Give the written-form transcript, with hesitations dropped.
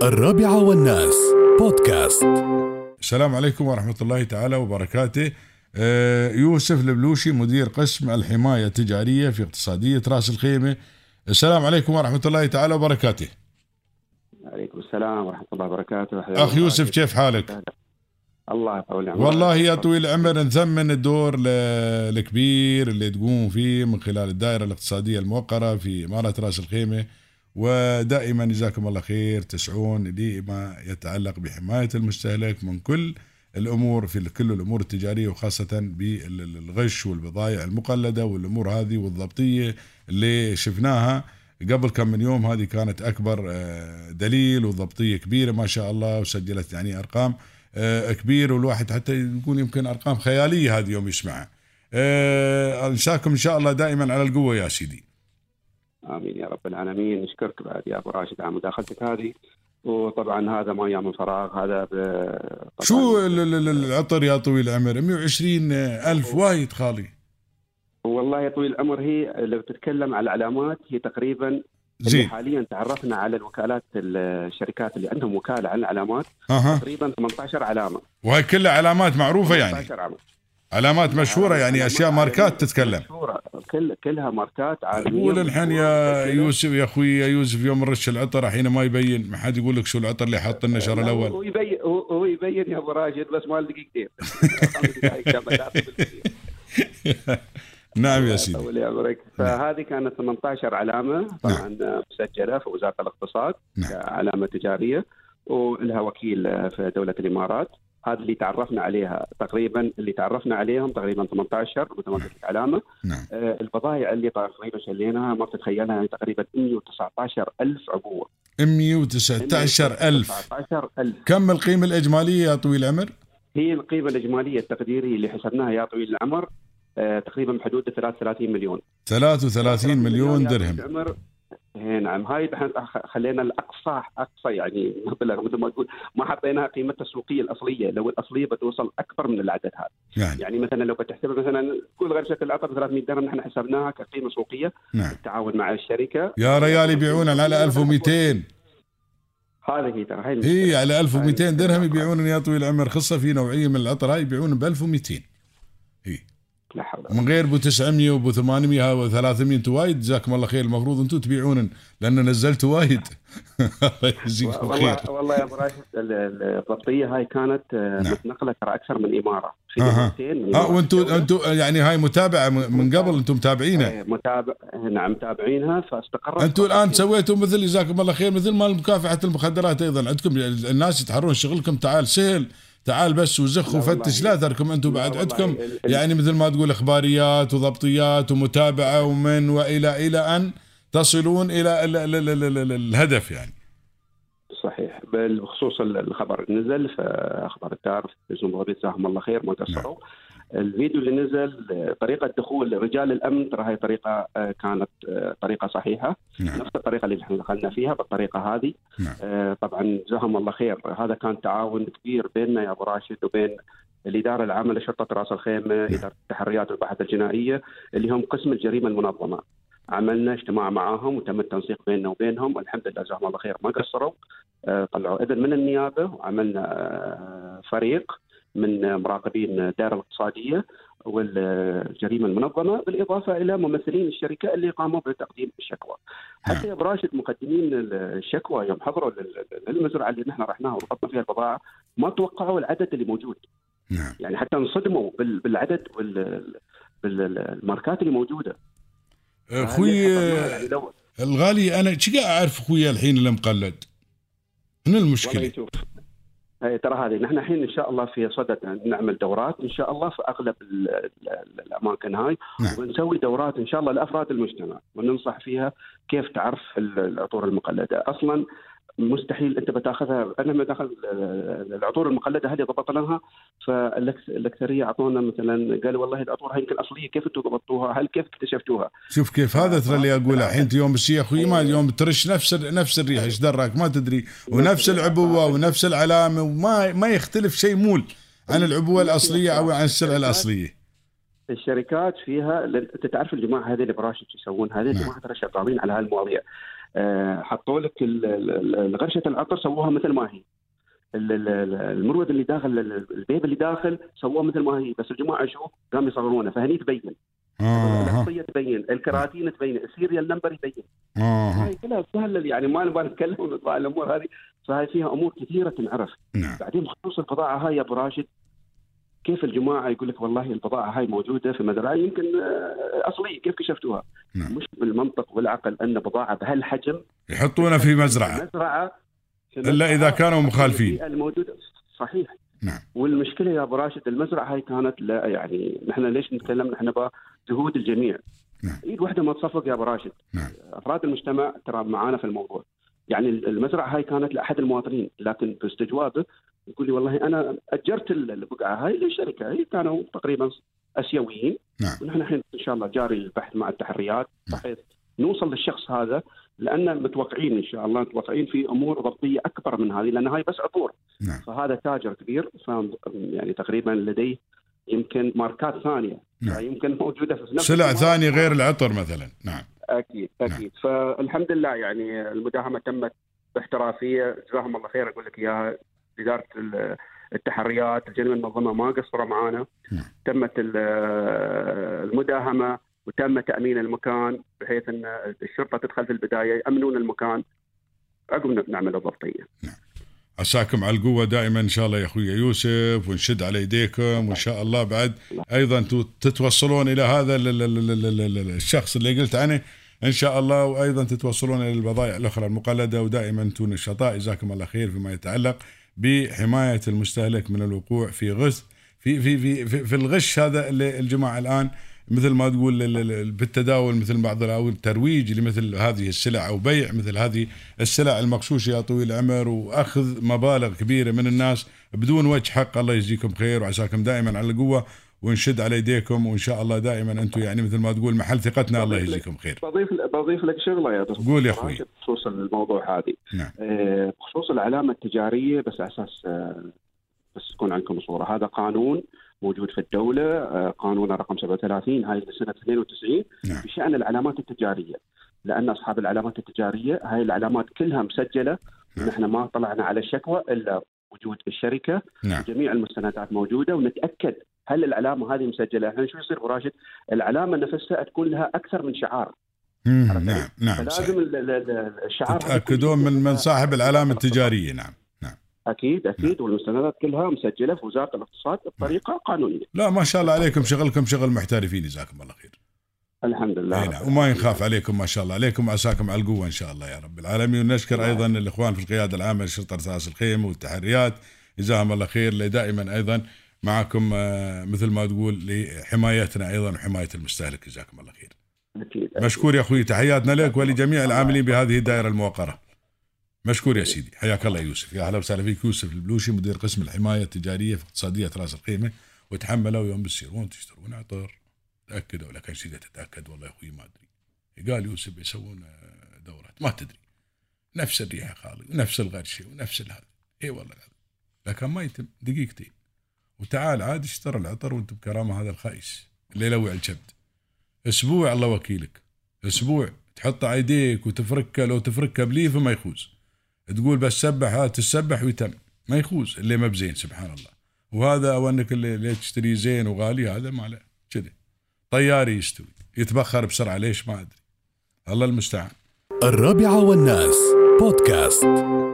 والناس بودكاست. السلام عليكم ورحمة الله تعالى وبركاته. يوسف البلوشي مدير قسم الحماية التجارية في اقتصادية رأس الخيمة. السلام عليكم ورحمة الله تعالى وبركاته. عليكم السلام ورحمة الله وبركاته. أخ يوسف كيف حالك؟ الله يطول عمرك. والله يا طويل العمر نثمن الدور الكبير اللي تقوم فيه من خلال الدائرة الاقتصادية الموقرة في إمارة رأس الخيمة، ودائما جزاكم الله خير تسعون لما يتعلق بحماية المستهلك من كل الأمور في كل الأمور التجارية، وخاصة بالغش والبضائع المقلدة والأمور هذه والضبطية اللي شفناها قبل كم من يوم. هذه كانت أكبر دليل وضبطية كبيرة ما شاء الله، وسجلت يعني أرقام كبير، والواحد حتى يكون يمكن أرقام خيالية هذا يوم يسمعها. أنساكم إن شاء الله دائما على القوة يا سيدي. آمين يا رب العالمين. نشكرك بعد يا أبو راشد على مداخلتك هذه، وطبعا هذا ما من فراغ. هذا شو العطر يا طويل العمر 120,000 وايد خالي. والله يا طويل العمر، هي لو تتكلم على العلامات هي تقريبا اللي حاليا تعرفنا على الوكالات الشركات اللي عندهم وكالة على العلامات تقريبا 18 علامة، وهي كلها علامات معروفة يعني علامات مشهورة يعني أشياء ماركات تتكلم مشهورة، كلها ماركات عالمية. قول الحين يا يوسف يا أخوي يا يوسف، يوم نرش العطر حين ما يبين، ما حد يقول لك شو العطر اللي حاط لنا شهر الأول. هو يبين يا أبو راشد، بس ما لقي كثير. نعم يا سيدي. فهذه كانت 18 علامة طبعا مسجلة في وزارة الاقتصاد كعلامة تجارية، ولها وكيل في دولة الإمارات. هذا اللي تعرفنا عليها تقريبا، اللي تعرفنا عليهم تقريبا 18 متمثل علامة. البضائع اللي تقريبا شليناها ما بتتخيلها، يعني تقريبا 119,000 عبوة. 119,000. كم القيمة الإجمالية يا طويل العمر؟ هي القيمة الإجمالية التقديري اللي حسبناها يا طويل العمر تقريبا بحدود 33 مليون. 33 مليون درهم. نعم. هاي احنا خلينا الاقصى يعني مبلغ مثل ما تقول، ما حطيناها قيمتها السوقيه الاصليه. لو الاصليه بتوصل اكثر من العدد هذا يعني مثلا لو بتحسبها مثلا كل غرفه العطر 300 درهم، نحن حسبناها كقيمه سوقيه. بالتعاون مع الشركه يا ريال يبيعون على 1200. هذه هي ترى هي على 1200 درهم يبيعون يا طويل العمر. خصه في نوعيه من العطر هاي يبيعون ب 1200. هي من غير بو 900 وبو 800 و300. انتوا وايد جزاكم الله خير، المفروض انتوا تبيعون لان نزلتوا وايد. الله يجزيكم خير. والله يا ابو راشد الضبطيه هاي كانت متنقله ترى اكثر من اماره في وانتوا يعني هاي متابعه من قبل، انتم متابعينها؟ نعم متابعينها. فاستقرت انتوا الان سويتوا مثل جزاكم الله خير مثل ما مكافحه المخدرات ايضا عندكم. الناس يتحرون شغلكم، تعال سهل، تعال بس وزخ وفتش، لا تركم انتم بعد عندكم يعني مثل ما تقول اخباريات وضبطيات ومتابعه ومن والى ان تصلون الى الهدف يعني. صحيح. بخصوص الخبر نزل في اخبار الدار في زمبابوي، جزاهم الله خير ما قصروا. الفيديو اللي نزل طريقة دخول رجال الأمن، ترى هاي طريقة كانت طريقة صحيحة. نفس الطريقة اللي احنا دخلنا فيها بالطريقة هذه. طبعا جزاهم الله خير. هذا كان تعاون كبير بيننا يا أبو راشد وبين الإدارة العامة لشرطة رأس الخيمة، إدارة التحريات والبحث الجنائية اللي هم قسم الجريمة المنظمة. عملنا اجتماع معاهم وتم التنسيق بيننا وبينهم، والحمد لله جزاهم الله خير ما قصروا. طلعوا إذن من النيابة، وعملنا فريق من مراقبين الدائرة الاقتصادية والجريمة المنظمة، بالإضافة إلى ممثلين الشركة اللي قاموا بتقديم الشكوى. حتى يا أبو راشد مقدمين الشكوى يوم حضروا للمزرعة اللي نحن رحناها وربطنا فيها البضاعة ما توقعوا العدد اللي موجود. يعني حتى انصدموا بالعدد بالماركات اللي موجودة. أخوي الغالي، أنا شو قاعد أعرف أخوي الحين اللي مقلد هنا المشكلة. ترى هذه نحن الحين ان شاء الله في صدد نعمل دورات ان شاء الله في اغلب الاماكن هاي. ونسوي دورات ان شاء الله لافراد المجتمع وننصح فيها كيف تعرف العطور المقلده. اصلا مستحيل انت بتاخذها. انا لما دخل العطور المقلده هذه ضبطناها، فالاكثريه اعطونا مثلا قالوا والله العطور هاي يمكن اصليه، كيف انتم ضبطوها؟ هل كيف اكتشفتوها؟ شوف كيف هذا ترى اللي اقوله الحين. يوم الشيء اخوي ما يوم ترش نفس الريحه ايش دراك ما تدري، ونفس العبوه ونفس العلامه، وما يختلف شيء مول عن العبوه الاصليه او عن السلعه الاصليه. الشركات فيها انت تعرف الجماعه هذه اللي براشد يسوون، هذه الجماعه ترى شغالين على هالمواضيع. حطوا لك غرشه العطر سووها مثل ما هي، المرود اللي داخل، البيب اللي داخل سووه مثل ما هي، بس الجماعه شو قاموا يصغرونه، فهني تبين الشخصيه، تبين الكراتين، تبين السيريال نمبر، يبين. هاي كلها سهله يعني، ما نبغى نتكلم ونطلع الامور هذه، فهي فيها امور كثيره تنعرف. بعدين بخصوص البضاعه هاي يا ابو راشد، كيف الجماعه يقول لك والله البضاعه هاي موجوده في مزرعه يمكن اصليه، كيف كشفتوها؟ مش بالمنطق والعقل ان بضاعه بهالحجم يحطونها في مزرعه الا اذا كانوا مخالفين الموجوده. صحيح. نعم. والمشكله يا ابو راشد المزرعه هاي كانت، لا يعني نحن ليش نتكلم، نحن نبغى جهود الجميع. نعم. ايد واحده ما تصفق يا ابو راشد. نعم. افراد المجتمع ترى معانا في الموضوع. يعني المزرعه هاي كانت لاحد المواطنين، لكن باستجوابه يقول لي والله انا اجرت البقعه هاي للشركه، هي كانوا تقريبا اسيويين. نعم. ونحن الحين ان شاء الله جاري البحث مع التحريات بحيث نوصل للشخص هذا، لان متوقعين ان شاء الله، متوقعين في امور ضبطيه اكبر من هذه، لان هاي بس عطور. نعم. فهذا تاجر كبير، يعني تقريبا لديه يمكن ماركات ثانيه. نعم. يمكن موجوده في نفس سلع ثانيه غير العطر مثلا. نعم. اكيد. نعم. فالحمد لله يعني المداهمه تمت باحترافيه، جزاهم الله خير. اقول لك اياها، اداره التحريات، الجريمه المنظمه ما قصروا معانا. تمت المداهمه وتم تامين المكان بحيث ان الشرطه تدخل في البدايه يامنون المكان، عقب نعمل الضبطيه. عساكم على القوه دائما ان شاء الله يا اخوي يوسف، ونشد على يديكم، وان شاء الله بعد ايضا تتوصلون الى هذا الشخص اللي قلت عنه ان شاء الله، وايضا تتوصلون الى البضائع الاخرى المقلده، ودائما انتم نشطاء جزاكم الله خير فيما يتعلق بحمايه المستهلك من الوقوع في غش في الغش هذا اللي الجماعه الان مثل ما تقول بالتداول مثل بعض او الترويج لمثل هذه السلع او بيع مثل هذه السلع المغشوشه يا طويل العمر، واخذ مبالغ كبيره من الناس بدون وجه حق. الله يجزيكم خير وعساكم دائما على القوه، ونشد على يديكم، وان شاء الله دائما انتم يعني مثل ما تقول محل ثقتنا. الله يجزيكم خير. بضيف لك شغله يا دكتور. قول يا اخوي. بخصوص الموضوع هذه. نعم. بخصوص العلامه التجاريه، بس على اساس بس تكون عندكم صوره، هذا قانون موجود في الدولة، قانون رقم 37 هاي لسنة 92. نعم. بشأن العلامات التجارية، لأن أصحاب العلامات التجارية هاي العلامات كلها مسجلة. نعم. نحن ما طلعنا على الشكوى إلا وجود الشركة. نعم. جميع المستندات موجودة، ونتأكد هل العلامة هذه مسجلة. الحين شو يصير براشد؟ العلامة نفسها تكون لها أكثر من شعار. نعم. فلازم الشعار تتأكدون من صاحب العلامة التجارية. نعم. أكيد. والمستندات كلها مسجلة في وزارة الاقتصاد بطريقة قانونية. لا ما شاء الله عليكم، شغلكم شغل محترفين جزاكم الله خير. الحمد لله. نعم. وما ينخاف عليكم ما شاء الله عليكم، عساكم على القوة إن شاء الله يا رب العالمين. ونشكر أيضا الإخوان في القيادة العامة لشرطة راس الخيمة والتحريات، جزاهم الله خير، اللي دائما أيضا معكم مثل ما تقول لحمايتنا أيضا وحماية المستهلك، جزاكم الله خير. أكيد. مشكور يا أخوي، تحياتنا لك ولجميع العاملين بهذه الدائرة الموقرة. مشكور يا سيدي، حياك الله يوسف. يا اهلا وسهلا فيك يوسف البلوشي، مدير قسم الحمايه التجاريه في اقتصاديه راس الخيمه. وتحملوا يوم بتصيرون تشترون عطر تاكدوا، لكن سيدي تتاكد والله يا اخوي ما ادري. قال يوسف بيسوون دورات ما تدري، نفس الريحه خالي ونفس الغرشه ونفس هذا. اي والله لكن ما يتم دقيقتين وتعال عاد اشترى العطر وانت بكرامه هذا الخايس اللي يلوع الكبد. اسبوع الله وكيلك، اسبوع تحط على يديك وتفركه، لو تفركه بليفه ما يخوز، تقول بس سبح تسبح ويتم ما يخوز اللي ما بزين سبحان الله. وهذا وانك اللي تشتري زين وغالي هذا ما له كذا، طياري يستوي يتبخر بسرعه ليش ما ادري، الله المستعان. 4 والناس بودكاست.